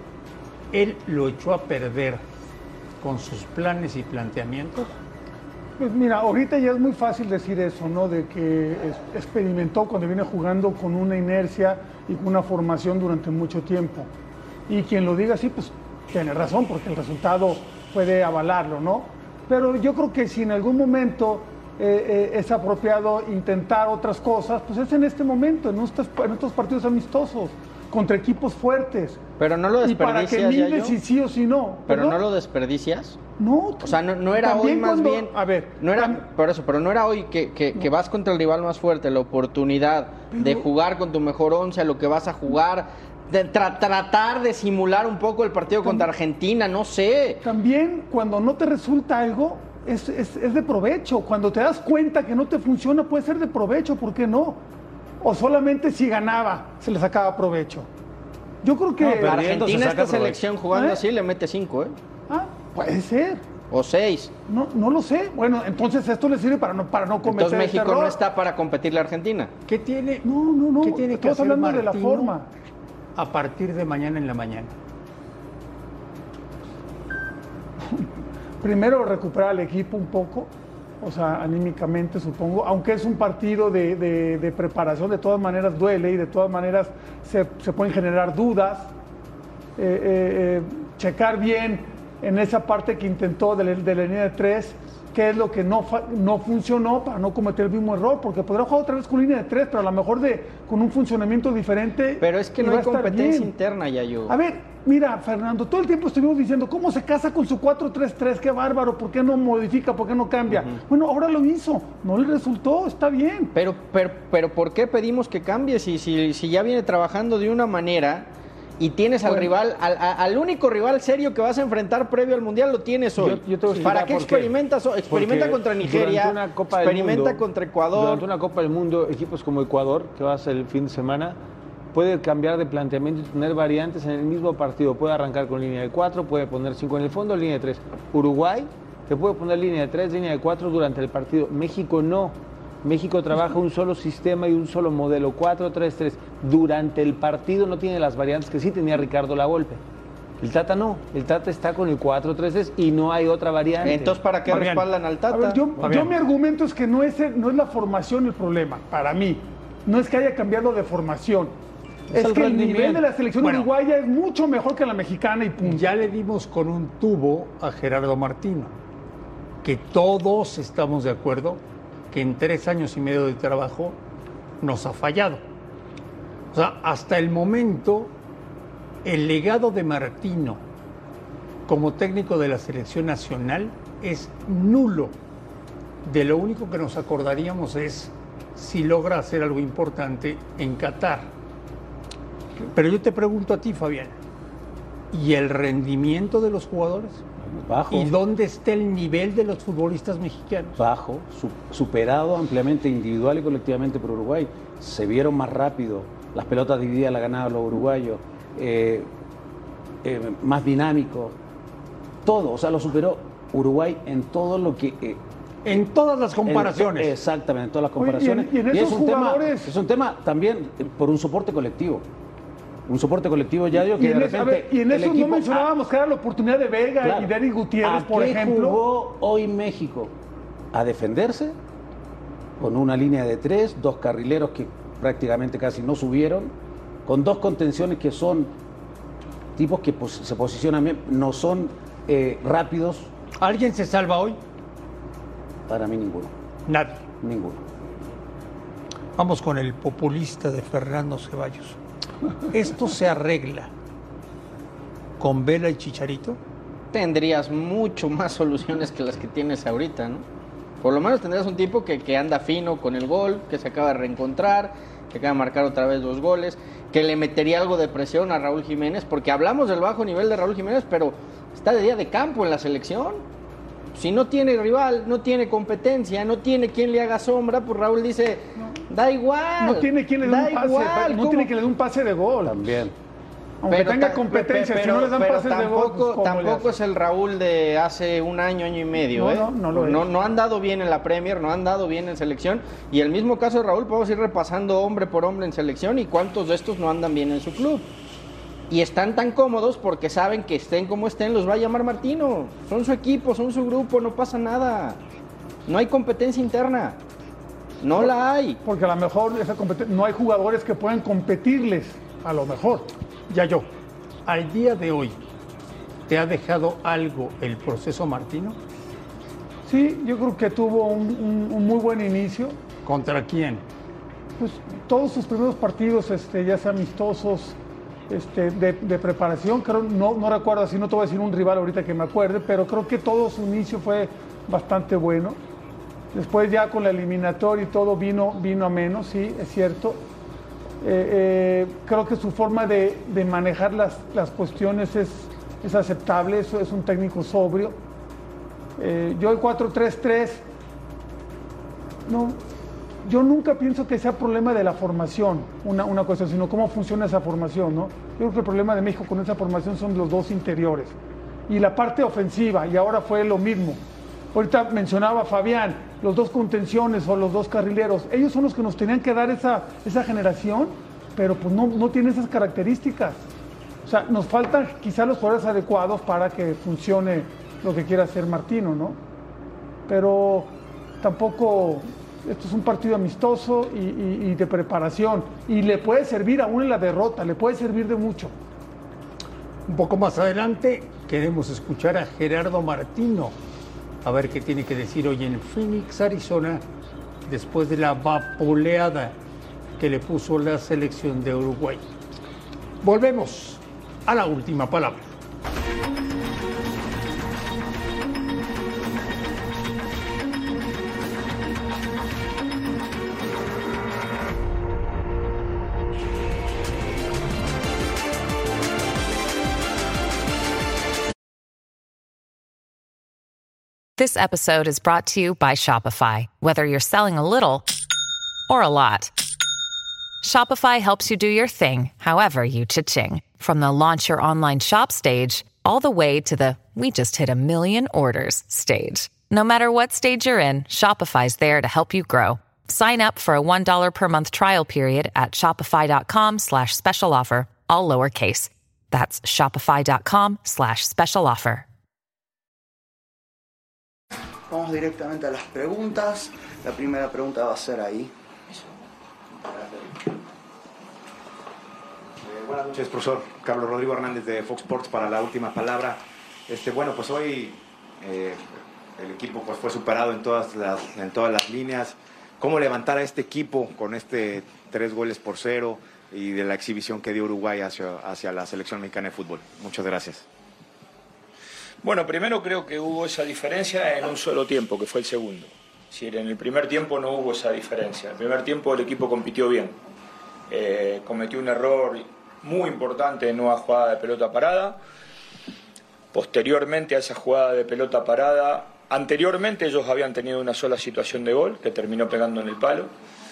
A: él lo echó a perder con sus planes y planteamientos.
B: Pues mira, ahorita ya es muy fácil decir eso, ¿no? De que es- experimentó cuando viene jugando con una inercia y con una formación durante mucho tiempo. Y quien lo diga así, pues tiene razón, porque el resultado puede avalarlo, ¿no? Pero yo creo que si en algún momento eh, eh, es apropiado intentar otras cosas, pues es en este momento, en estos, en estos partidos amistosos, contra equipos fuertes.
E: Pero no lo
B: Y para que
E: desperdicias,
B: mides
E: Yayo.
B: si sí o si no.
E: Pero
B: ¿Perdón?
E: no lo desperdicias.
B: No.
E: O sea, no, no era
B: También
E: hoy más
B: cuando-
E: bien.
B: A ver.
E: No era,
B: tam-
E: por eso, pero no era hoy que, que, que vas contra el rival más fuerte, la oportunidad de jugar con tu mejor once, a lo que vas a jugar, de tra- tratar de simular un poco el partido contra Argentina, no sé.
B: También cuando no te resulta algo, es, es, es de provecho. Cuando te das cuenta que no te funciona, puede ser de provecho, ¿por qué no? O solamente si ganaba, se le sacaba provecho. Yo creo que...
E: No,
C: perdiendo se
E: Argentina,
C: saca
E: esta
C: provecho.
E: selección jugando
B: ¿Eh?
E: así, le mete cinco, ¿eh?
B: Ah, puede ser.
E: O seis.
B: No, no lo sé. Bueno, entonces esto le sirve para no, para no cometer
E: Entonces
B: este
E: México
B: error.
E: no está para competirle a Argentina.
A: ¿Qué tiene,
B: No, no, no.
A: ¿qué tiene que
B: Estamos
A: hacer
B: hablando de la
A: Martino
B: forma.
A: a partir de mañana en la mañana?
B: Primero recuperar al equipo un poco, o sea, anímicamente supongo, aunque es un partido de, de- de preparación, de todas maneras duele y de todas maneras se, se pueden generar dudas. Eh, eh, eh, checar bien en esa parte que intentó de la, de la línea de tres, qué es lo que no, fa- no funcionó para no cometer el mismo error, porque podrá jugar otra vez con línea de tres, pero a lo mejor de, con un funcionamiento diferente.
E: Pero es que
B: y
E: no
B: va
E: hay
B: a estar
E: competencia
B: bien.
E: interna, Yayo.
B: A ver, mira, Fernando, todo el tiempo estuvimos diciendo cómo se casa con su cuatro tres tres, qué bárbaro, ¿por qué no modifica, por qué no cambia? Bueno, ahora lo hizo, no le resultó, está bien.
E: Pero, pero, pero ¿por qué pedimos que cambie si, si, si ya viene trabajando de una manera y tienes al
B: Bueno.
E: rival, al, a- al único rival serio que vas a enfrentar previo al Mundial lo tienes hoy?
C: Yo- yo te voy a
E: ¿Para
C: explicar
E: qué
C: por qué.
E: experimentas hoy? Experimenta
C: Porque
E: contra Nigeria,
C: durante una Copa del
E: experimenta
C: Mundo-
E: contra Ecuador.
C: Durante una Copa del Mundo, equipos como Ecuador, que va a ser el fin de semana, puede cambiar de planteamiento y tener variantes en el mismo partido. Puede arrancar con línea de cuatro, puede poner cinco en el fondo, línea de tres. Uruguay te puede poner línea de tres, línea de cuatro durante el partido. México no. México trabaja un solo sistema y un solo modelo, cuatro tres tres. Durante el partido no tiene las variantes que sí tenía Ricardo Lavolpe. El Tata no. El Tata está con el cuatro tres tres y no hay otra variante.
E: Entonces, ¿para qué
A: Fabián.
E: respaldan al Tata?
B: A ver, yo,
A: Fabián.
B: yo mi argumento es que no es, el- no es la formación el problema, para mí. No es que haya cambiado de formación.
C: Es
B: Es,
C: el
B: que el
C: rendimiento.
B: nivel de la selección
A: Bueno.
B: uruguaya es mucho mejor que la mexicana y punto.
A: Ya le dimos con un tubo a Gerardo Martino, que todos estamos de acuerdo que en tres años y medio de trabajo nos ha fallado. O sea, hasta el momento, el legado de Martino como técnico de la selección nacional es nulo. De lo único que nos acordaríamos es si logra hacer algo importante en Qatar. Pero yo te pregunto a ti, Fabián, ¿y el rendimiento de los jugadores?
D: Bajo.
A: ¿Y dónde está el nivel de los futbolistas mexicanos?
D: Bajo, su- superado ampliamente individual y colectivamente por Uruguay. Se vieron más rápido, las pelotas divididas las ganaban los uruguayos, eh, eh, más dinámico, todo, o sea, lo superó Uruguay en todo lo que... eh,
A: En todas las comparaciones.
D: en- exactamente, en todas las
B: Oye, y en-
D: comparaciones.
B: y en esos
D: es un
B: jugadores-
D: tema, es un tema también eh, por un soporte colectivo. Un soporte colectivo, ya digo, que
B: Y en,
D: de
B: eso, a
D: repente
B: ver, y en
D: el
B: eso
D: equipo-
B: no mencionábamos que era la oportunidad de Vega
D: Claro.
B: y de Eric Gutiérrez,
D: ¿A
B: por
D: qué
B: ejemplo.
D: jugó hoy México? A defenderse, con una línea de tres, dos carrileros que prácticamente casi no subieron, con dos contenciones que son tipos que pos- se posicionan bien, no son eh, rápidos,
A: ¿Alguien se salva hoy?
D: para mí ninguno,
A: Nadie.
D: ninguno.
A: Vamos con el populista de Fernando Ceballos. ¿Esto se arregla con Vela y Chicharito?
E: Tendrías mucho más soluciones que las que tienes ahorita, ¿no? Por lo menos tendrías un tipo que, que anda fino con el gol, que se acaba de reencontrar, que acaba de marcar otra vez dos goles, que le metería algo de presión a Raúl Jiménez, porque hablamos del bajo nivel de Raúl Jiménez, pero está de día de campo en la selección. Si no tiene rival, no tiene competencia, no tiene quien le haga sombra, pues Raúl dice, da igual.
B: No tiene quien le dé
E: da
B: un pase,
E: igual,
B: no
E: ¿cómo?
B: tiene que le dé un pase de gol.
D: También.
B: Aunque
E: Pero
B: tenga
E: ta-
B: competencia,
E: pe-
B: si no les dan
E: pero
B: pases de gol,
E: tampoco,
B: pues, ¿cómo le
E: tampoco
B: hace?
E: es el Raúl de hace un año, año y medio.
B: No,
E: ¿eh?
B: no, no lo es.
E: no, no han dado bien en la Premier, no han dado bien en selección. Y el mismo caso de Raúl, podemos ir repasando hombre por hombre en selección y cuántos de estos no andan bien en su club. Y están tan cómodos porque saben que estén como estén, los va a llamar Martino. Son su equipo, son su grupo, no pasa nada. No hay competencia interna. No la hay.
B: Porque a lo mejor esa competen- no hay jugadores que puedan competirles, a lo mejor.
A: Ya yo, al día de hoy, ¿te ha dejado algo el proceso Martino?
B: Sí, yo creo que tuvo un, un, un muy buen inicio.
A: ¿Contra quién?
B: Pues todos sus primeros partidos, este, ya sea amistosos, este, de, de preparación, creo, no, no recuerdo, así no te voy a decir un rival ahorita que me acuerde, pero creo que todo su inicio fue bastante bueno. Después ya con la eliminatoria y todo vino, vino a menos, sí, es cierto. Eh, eh, creo que su forma de, de manejar las, las cuestiones es, es aceptable, eso es un técnico sobrio. Eh, yo el cuatro tres tres, no, yo nunca pienso que sea problema de la formación, una, una cuestión, sino cómo funciona esa formación, ¿no? Yo creo que el problema de México con esa formación son los dos interiores y la parte ofensiva, y ahora fue lo mismo. Ahorita mencionaba Fabián, los dos contenciones o los dos carrileros, ellos son los que nos tenían que dar esa, esa generación, pero pues no, no tienen esas características. O sea, nos faltan quizá los jugadores adecuados para que funcione lo que quiera hacer Martino, ¿no? Pero tampoco, esto es un partido amistoso y, y, y de preparación, y le puede servir aún en la derrota, le puede servir de mucho.
A: Un poco más adelante queremos escuchar a Gerardo Martino, a ver qué tiene que decir hoy en Phoenix, Arizona, después de la vapuleada que le puso la selección de Uruguay. Volvemos a la última palabra.
K: This episode is brought to you by Shopify. Whether you're selling a little or a lot, Shopify helps you do your thing, however you cha-ching. From the launch your online shop stage, all the way to the we just hit a million orders stage. No matter what stage you're in, Shopify's there to help you grow. Sign up for a one dollar per month trial period at shopify.com slash special offer, all lowercase. That's shopify.com slash special offer.
I: Vamos directamente a las preguntas. La primera pregunta va a ser ahí.
L: Eh, buenas noches, profesor. Carlos Rodrigo Hernández de Fox Sports para la última palabra. Este, bueno, pues hoy eh, el equipo pues, fue superado en todas las, en todas las líneas. ¿Cómo levantar a este equipo con este tres goles por cero y de la exhibición que dio Uruguay hacia, hacia la selección mexicana de fútbol? Muchas gracias.
M: Bueno, primero creo que hubo esa diferencia en un solo tiempo, que fue el segundo. Es decir, en el primer tiempo no hubo esa diferencia. En el primer tiempo el equipo compitió bien. Eh, cometió un error muy importante en una jugada de pelota parada. Posteriormente a esa jugada de pelota parada, anteriormente ellos habían tenido una sola situación de gol, que terminó pegando en el palo.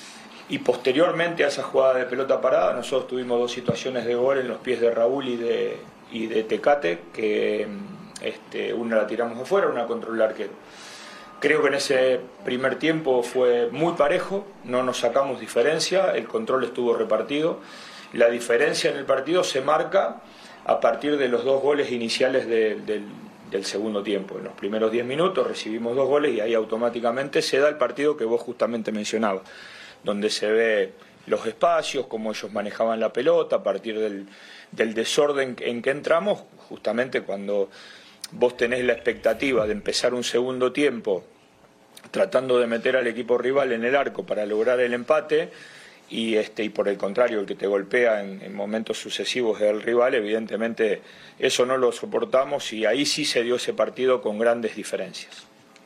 M: Y posteriormente a esa jugada de pelota parada, nosotros tuvimos dos situaciones de gol en los pies de Raúl y de, y de Tecate, que... Este, una la tiramos afuera, una contra el arquero. Creo que en ese primer tiempo fue muy parejo, no nos sacamos diferencia, el control estuvo repartido. La diferencia en el partido se marca a partir de los dos goles iniciales de, de, del segundo tiempo. En los primeros diez minutos recibimos dos goles y ahí automáticamente se da el partido que vos justamente mencionabas, donde se ve los espacios, cómo ellos manejaban la pelota a partir del, del desorden en que entramos, justamente cuando vos tenés la expectativa de empezar un segundo tiempo tratando de meter al equipo rival en el arco para lograr el empate y, este, y por el contrario el que te golpea en, en momentos sucesivos es el rival, evidentemente eso no lo soportamos y ahí sí se dio ese partido con grandes diferencias.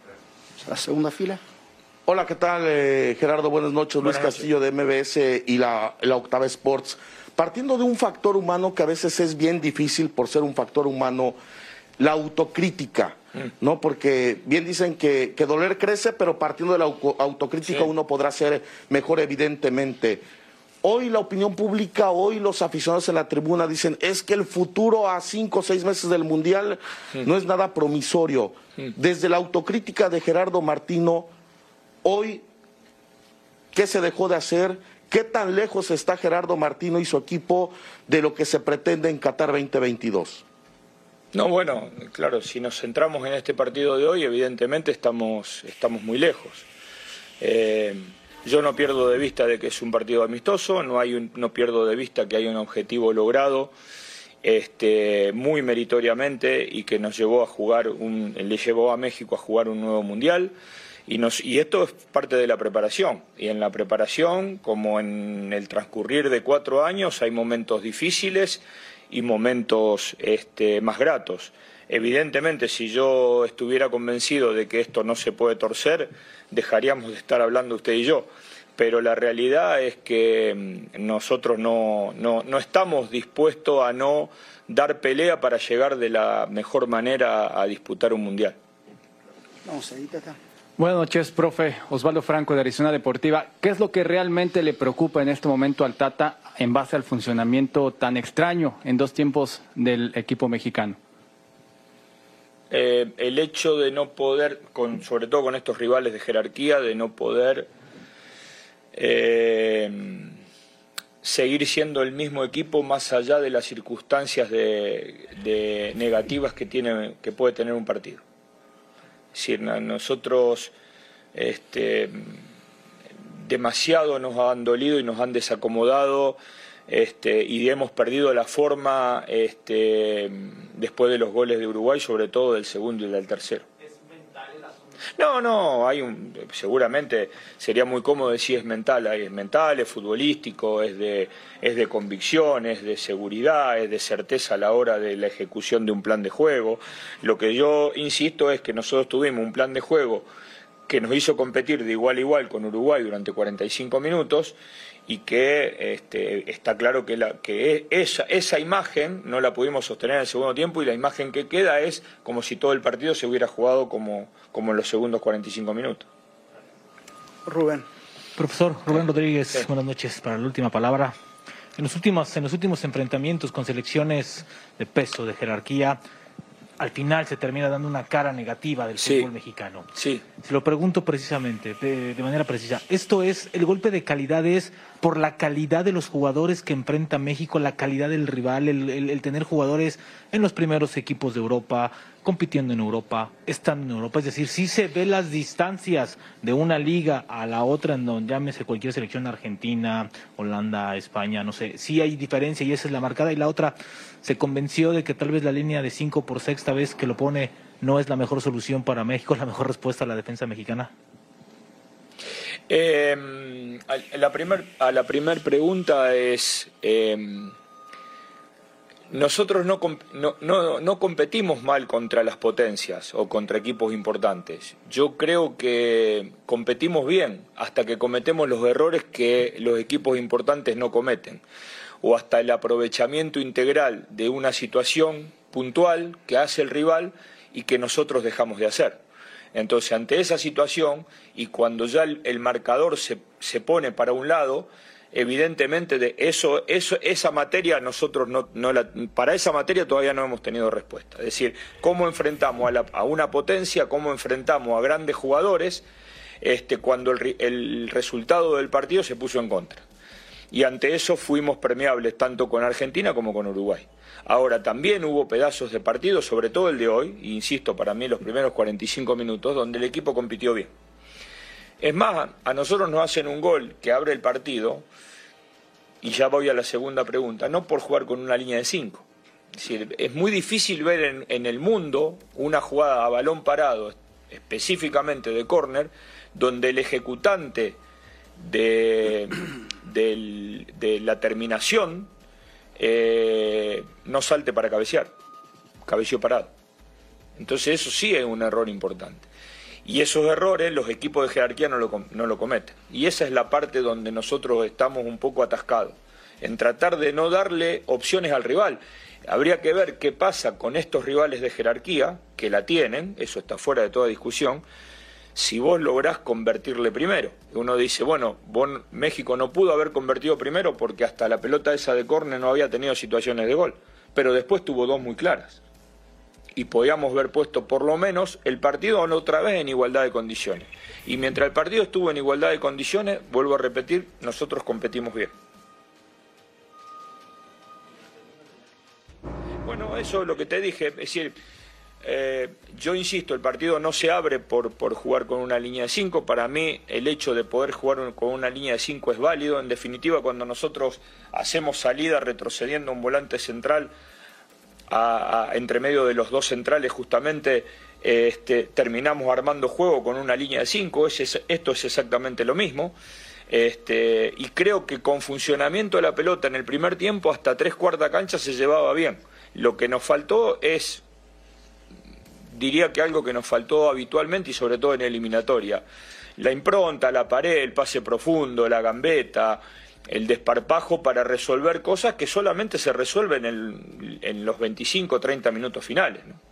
I: La segunda fila.
N: Hola, ¿qué tal, eh, Gerardo? Buenas noches. Buenas Luis noches. Castillo de M B S y la, la Octava Sports. Partiendo de un factor humano que a veces es bien difícil por ser un factor humano, la autocrítica, mm. ¿no? Porque bien dicen que, que doler crece, pero partiendo de la autocrítica sí. uno podrá ser mejor, evidentemente. Hoy la opinión pública, hoy los aficionados en la tribuna dicen es que el futuro a cinco o seis meses del Mundial mm. no es nada promisorio. Mm. Desde la autocrítica de Gerardo Martino, hoy, ¿qué se dejó de hacer? ¿Qué tan lejos está Gerardo Martino y su equipo de lo que se pretende en Qatar veinte veintidós?
M: No, bueno, claro, si nos centramos en este partido de hoy, evidentemente estamos, estamos muy lejos. Eh, yo no pierdo de vista de que es un partido amistoso, no, hay un, no pierdo de vista que hay un objetivo logrado este, muy meritoriamente y que nos llevó a jugar, un, le llevó a México a jugar un nuevo mundial. Y, nos, y esto es parte de la preparación. Y en la preparación, como en el transcurrir de cuatro años, hay momentos difíciles y momentos este, más gratos. Evidentemente, si yo estuviera convencido de que esto no se puede torcer, dejaríamos de estar hablando usted y yo. Pero la realidad es que nosotros no, no, no estamos dispuestos a no dar pelea para llegar de la mejor manera a disputar un mundial.
I: Vamos, ahí está.
O: Buenas noches, profe. Osvaldo Franco de Arizona Deportiva. ¿Qué es lo que realmente le preocupa en este momento al Tata en base al funcionamiento tan extraño en dos tiempos del equipo mexicano?
M: Eh, el hecho de no poder, con, sobre todo con estos rivales de jerarquía, de no poder eh, seguir siendo el mismo equipo más allá de las circunstancias de, de negativas que, tiene, que puede tener un partido. Es decir, nosotros este, demasiado nos han dolido y nos han desacomodado este, y hemos perdido la forma este, después de los goles de Uruguay, sobre todo del segundo y del tercero.
J: ¿Es mental el asunto?
M: No, no, hay un, seguramente sería muy cómodo decir es mental, es mental, es futbolístico, es de, es de convicción, es de seguridad, es de certeza a la hora de la ejecución de un plan de juego. Lo que yo insisto es que nosotros tuvimos un plan de juego que nos hizo competir de igual a igual con Uruguay durante cuarenta y cinco minutos y que este, está claro que, la, que esa, esa imagen no la pudimos sostener en el segundo tiempo y la imagen que queda es como si todo el partido se hubiera jugado como, como en los segundos cuarenta y cinco minutos.
I: Rubén.
F: Profesor Rubén Rodríguez,
M: Sí.
F: buenas noches. Para la última palabra. En los últimos, en los últimos enfrentamientos con selecciones de peso, de jerarquía, al final se termina dando una cara negativa del
M: Sí.
F: fútbol mexicano.
M: Sí.
F: Se lo pregunto precisamente, de, de manera precisa. ¿Esto es, el golpe de calidad es por la calidad de los jugadores que enfrenta México, la calidad del rival, el, el, el tener jugadores en los primeros equipos de Europa, compitiendo en Europa, estando en Europa? Es decir, sí se ve las distancias de una liga a la otra, en donde llámese cualquier selección, Argentina, Holanda, España, no sé, sí hay diferencia y esa es la marcada. Y la otra, se convenció de que tal vez la línea de cinco por sexta vez que lo pone no es la mejor solución para México, la mejor respuesta a la defensa mexicana.
M: Eh, a la primer, a la primer pregunta es, eh, nosotros no, no, no, no competimos mal contra las potencias o contra equipos importantes. Yo creo que competimos bien hasta que cometemos los errores que los equipos importantes no cometen, o hasta el aprovechamiento integral de una situación puntual que hace el rival y que nosotros dejamos de hacer. Entonces, ante esa situación, y cuando ya el, el marcador se, se pone para un lado, evidentemente de eso, eso, esa materia nosotros no, no la, para esa materia todavía no hemos tenido respuesta. Es decir, cómo enfrentamos a, la, a una potencia, cómo enfrentamos a grandes jugadores, este, cuando el, el resultado del partido se puso en contra. Y ante eso fuimos permeables tanto con Argentina como con Uruguay. Ahora, también hubo pedazos de partido, sobre todo el de hoy, e insisto, para mí los primeros cuarenta y cinco minutos, donde el equipo compitió bien. Es más, a nosotros nos hacen un gol que abre el partido, y ya voy a la segunda pregunta, no por jugar con una línea de cinco. Es decir, es muy difícil ver en, en el mundo una jugada a balón parado, específicamente de córner, donde el ejecutante de, de, de la terminación eh, no salte para cabecear, cabeceó parado. Entonces eso sí es un error importante. Y esos errores los equipos de jerarquía no lo, no lo cometen. Y esa es la parte donde nosotros estamos un poco atascados, en tratar de no darle opciones al rival. Habría que ver qué pasa con estos rivales de jerarquía, que la tienen, eso está fuera de toda discusión, si vos lográs convertirle primero. Uno dice, bueno, vos, México no pudo haber convertido primero porque hasta la pelota esa de córner no había tenido situaciones de gol, pero después tuvo dos muy claras. Y podíamos haber puesto por lo menos el partido otra vez en igualdad de condiciones. Y mientras el partido estuvo en igualdad de condiciones, vuelvo a repetir, nosotros competimos bien. Bueno, eso es lo que te dije, es decir, eh, yo insisto, el partido no se abre por, por jugar con una línea de cinco. Para mí el hecho de poder jugar con una línea de cinco es válido. En definitiva, cuando nosotros hacemos salida retrocediendo un volante central a, a, entre medio de los dos centrales, justamente eh, este, terminamos armando juego con una línea de cinco. Es, es, esto es exactamente lo mismo. Este, y creo que con funcionamiento de la pelota en el primer tiempo hasta tres cuartas canchas se llevaba bien. Lo que nos faltó es, diría que algo que nos faltó habitualmente y sobre todo en eliminatoria, la impronta, la pared, el pase profundo, la gambeta, el desparpajo para resolver cosas que solamente se resuelven en, en los veinticinco o treinta minutos finales, ¿no?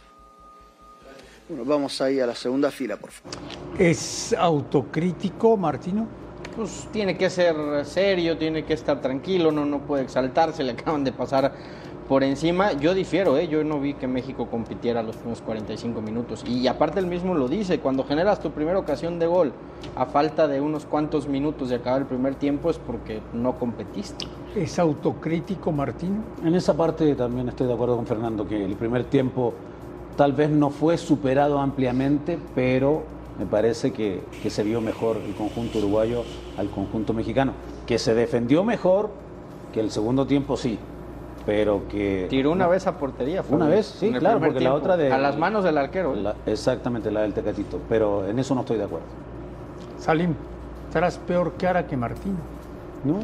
I: Bueno, vamos ahí a la segunda fila, por favor.
A: ¿Es autocrítico, Martino?
E: Pues tiene que ser serio, tiene que estar tranquilo, no, no puede exaltarse, le acaban de pasar por encima. Yo difiero, ¿eh? Yo no vi que México compitiera los primeros cuarenta y cinco minutos. Y aparte él mismo lo dice, cuando generas tu primera ocasión de gol a falta de unos cuantos minutos de acabar el primer tiempo es porque no competiste.
A: ¿Es autocrítico, Martino?
D: En esa parte también estoy de acuerdo con Fernando, que el primer tiempo tal vez no fue superado ampliamente, pero me parece que, que se vio mejor el conjunto uruguayo al conjunto mexicano. Que se defendió mejor, que el segundo tiempo sí, pero que...
E: Tiró una vez a portería. Fue
D: una vez, sí, claro, porque
E: tiempo,
D: la otra de...
E: a las manos del arquero.
D: La, exactamente, la del Tecatito, pero en eso no estoy de acuerdo.
A: Salim, estarás peor cara que Martino.
C: No,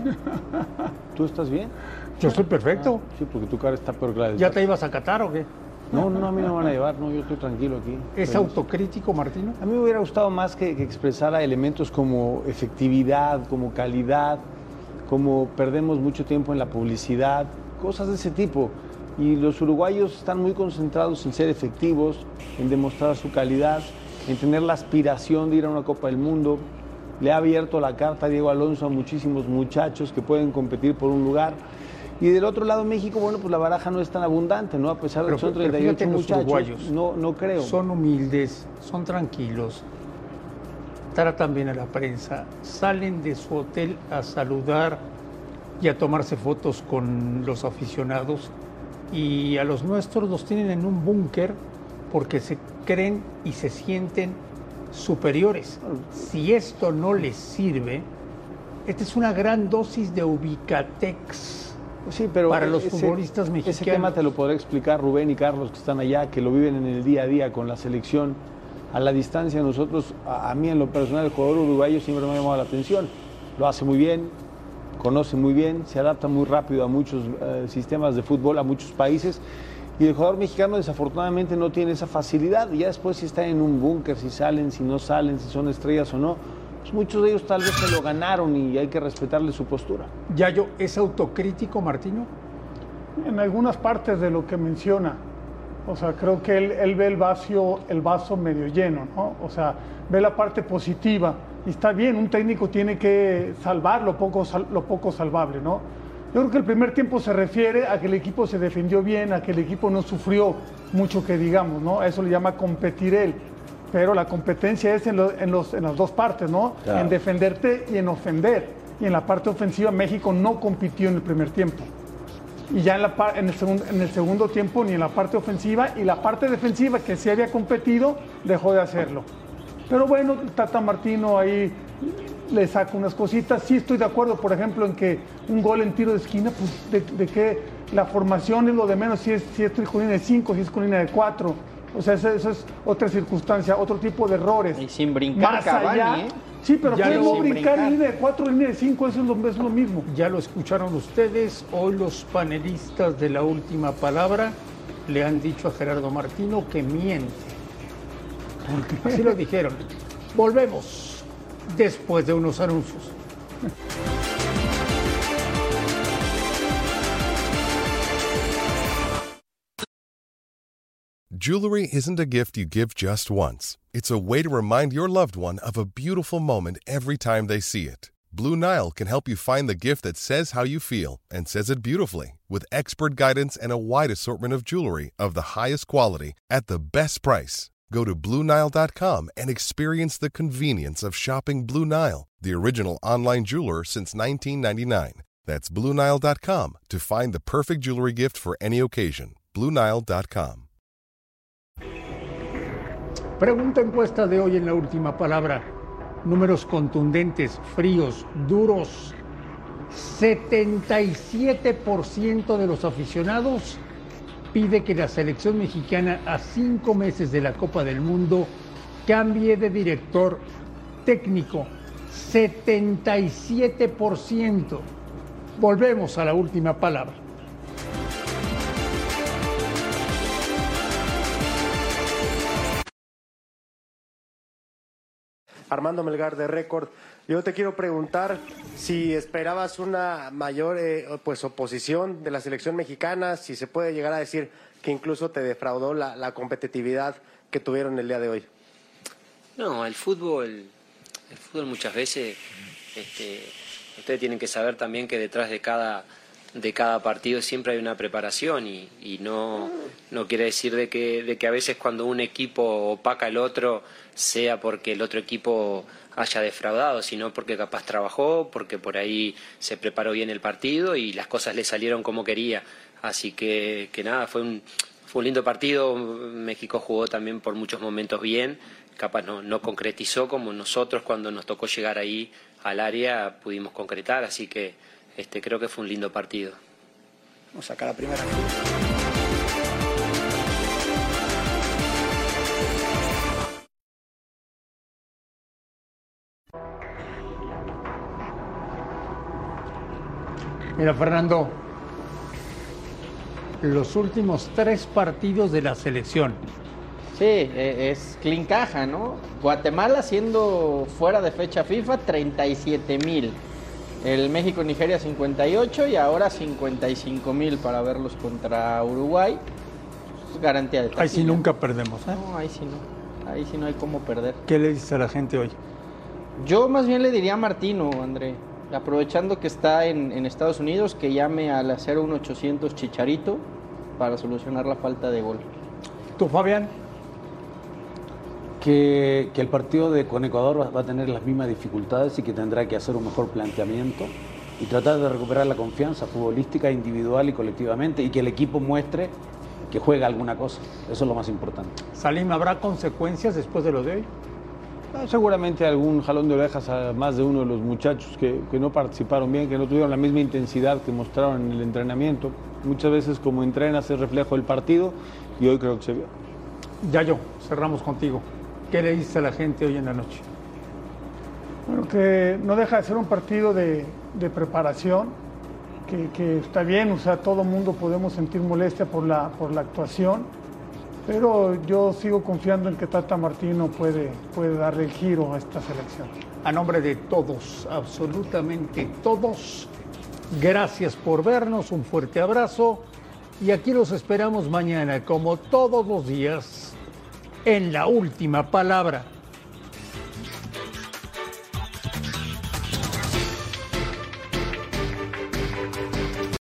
C: ¿tú estás bien?
A: Yo estoy perfecto.
C: Ah, sí, porque tu cara está peor que la del...
A: ¿Ya te ibas a Qatar o qué?
C: No, no, a mí no me van a llevar, no, yo estoy tranquilo aquí.
A: ¿Es
C: Pero
A: autocrítico, Martino?
C: A mí me hubiera gustado más que, que expresara elementos como efectividad, como calidad, como perdemos mucho tiempo en la publicidad, cosas de ese tipo. Y los uruguayos están muy concentrados en ser efectivos, en demostrar su calidad, en tener la aspiración de ir a una Copa del Mundo. Le ha abierto la carta a Diego Alonso a muchísimos muchachos que pueden competir por un lugar. Y del otro lado, México, bueno, pues la baraja no es tan abundante, ¿no? A pesar de que son treinta y ocho muchachos,
A: uruguayos,
C: no, no creo.
A: Son humildes, son tranquilos, tratan bien a la prensa, salen de su hotel a saludar y a tomarse fotos con los aficionados, y a los nuestros los tienen en un búnker porque se creen y se sienten superiores. Si esto no les sirve, esta es una gran dosis de ubicatex.
C: Sí, pero
A: para los
C: ese,
A: futbolistas mexicanos.
C: Ese tema te lo podré explicar Rubén y Carlos, que están allá, que lo viven en el día a día con la selección. A la distancia, nosotros, a, a mí en lo personal, el jugador uruguayo siempre me ha llamado la atención. Lo hace muy bien, conoce muy bien, se adapta muy rápido a muchos uh, sistemas de fútbol, a muchos países. Y el jugador mexicano desafortunadamente no tiene esa facilidad. Y ya después si están en un búnker, si salen, si no salen, si son estrellas o no, pues muchos de ellos tal vez se lo ganaron y hay que respetarle su postura.
A: Yayo, ¿es autocrítico, Martino?
B: En algunas partes de lo que menciona. O sea, creo que él, él ve el vaso, el vaso medio lleno, ¿no? O sea, ve la parte positiva. Y está bien, un técnico tiene que salvar lo poco, lo poco salvable, ¿no? Yo creo que el primer tiempo se refiere a que el equipo se defendió bien, a que el equipo no sufrió mucho, que digamos, ¿no? A eso le llama competir él. Pero la competencia es en, lo, en, los, en las dos partes, ¿no? Claro. En defenderte y en ofender. Y en la parte ofensiva México no compitió en el primer tiempo. Y ya en, la, en, el segundo, en el segundo tiempo ni en la parte ofensiva, y la parte defensiva que sí había competido dejó de hacerlo. Pero bueno, Tata Martino ahí le saca unas cositas. Sí estoy de acuerdo, por ejemplo, en que un gol en tiro de esquina, pues de, de que la formación es lo de menos, si es, si es con línea de cinco, si es con línea de cuatro. O sea, eso, eso es otra circunstancia, otro tipo de errores.
E: Y sin brincar,
B: más
E: Cavani,
B: allá,
E: ¿eh?
B: Sí, pero
A: ya
B: ¿cómo
A: lo,
B: brincar en línea de cuatro, línea de cinco? Eso es lo, es lo mismo.
A: Ya lo escucharon ustedes. Hoy los panelistas de La Última Palabra le han dicho a Gerardo Martino que miente. Así lo dijeron. Volvemos después de unos anuncios.
P: Jewelry isn't a gift you give just once. It's a way to remind your loved one of a beautiful moment every time they see it. Blue Nile can help you find the gift that says how you feel and says it beautifully, with expert guidance and a wide assortment of jewelry of the highest quality at the best price. Go to Blue Nile dot com and experience the convenience of shopping Blue Nile, the original online jeweler since nineteen ninety-nine. That's Blue Nile dot com to find the perfect jewelry gift for any occasion. Blue Nile dot com.
A: Pregunta encuesta de hoy en La Última Palabra. Números contundentes, fríos, duros. setenta y siete por ciento de los aficionados pide que la selección mexicana, a cinco meses de la Copa del Mundo, cambie de director técnico. setenta y siete por ciento. Volvemos a La Última Palabra.
Q: Armando Melgar de Récord. Yo te quiero preguntar si esperabas una mayor eh, pues oposición de la selección mexicana, si se puede llegar a decir que incluso te defraudó la, la competitividad que tuvieron el día de hoy.
R: No, el fútbol, el fútbol muchas veces, este, ustedes tienen que saber también que detrás de cada de cada partido siempre hay una preparación y, y no, no quiere decir de que, de que a veces cuando un equipo opaca al otro sea porque el otro equipo haya defraudado, sino porque capaz trabajó, porque por ahí se preparó bien el partido y las cosas le salieron como quería. Así que, que nada, fue un, fue un lindo partido. México jugó también por muchos momentos bien, capaz no, no concretizó como nosotros cuando nos tocó llegar ahí al área pudimos concretar, así que Este, creo que fue un lindo partido.
Q: Vamos a sacar la primera.
A: Mira, Fernando, los últimos tres partidos de la selección.
E: Sí, es clean caja, ¿no? Guatemala siendo fuera de fecha FIFA, treinta y siete mil. El México-Nigeria cincuenta y ocho y ahora cincuenta y cinco mil para verlos contra Uruguay. Pues garantía de taquilla.
A: Ahí sí nunca perdemos, ¿eh?
E: No, ahí sí no. Ahí sí no hay cómo perder.
A: ¿Qué le dices a la gente hoy?
E: Yo más bien le diría a Martino, André, aprovechando que está en, en Estados Unidos, que llame al cero uno ochocientos Chicharito para solucionar la falta de gol.
A: ¿Tú, Fabián?
D: Que, que el partido de, con Ecuador va, va a tener las mismas dificultades y que tendrá que hacer un mejor planteamiento y tratar de recuperar la confianza futbolística individual y colectivamente y que el equipo muestre que juega alguna cosa. Eso es lo más importante.
A: Salim, ¿habrá consecuencias después de lo de hoy?
C: No, seguramente algún jalón de orejas a más de uno de los muchachos que, que no participaron bien, que no tuvieron la misma intensidad que mostraron en el entrenamiento. Muchas veces como entrenas es reflejo del partido y hoy creo que se vio.
A: Yayo, cerramos contigo. ¿Qué le dices a la gente hoy en la noche?
B: Bueno, que no deja de ser un partido de, de preparación, que, que está bien, o sea, todo mundo podemos sentir molestia por la, por la actuación, pero yo sigo confiando en que Tata Martino puede, puede darle el giro a esta selección.
A: A nombre de todos, absolutamente todos, gracias por vernos, un fuerte abrazo y aquí los esperamos mañana, como todos los días, en La Última Palabra.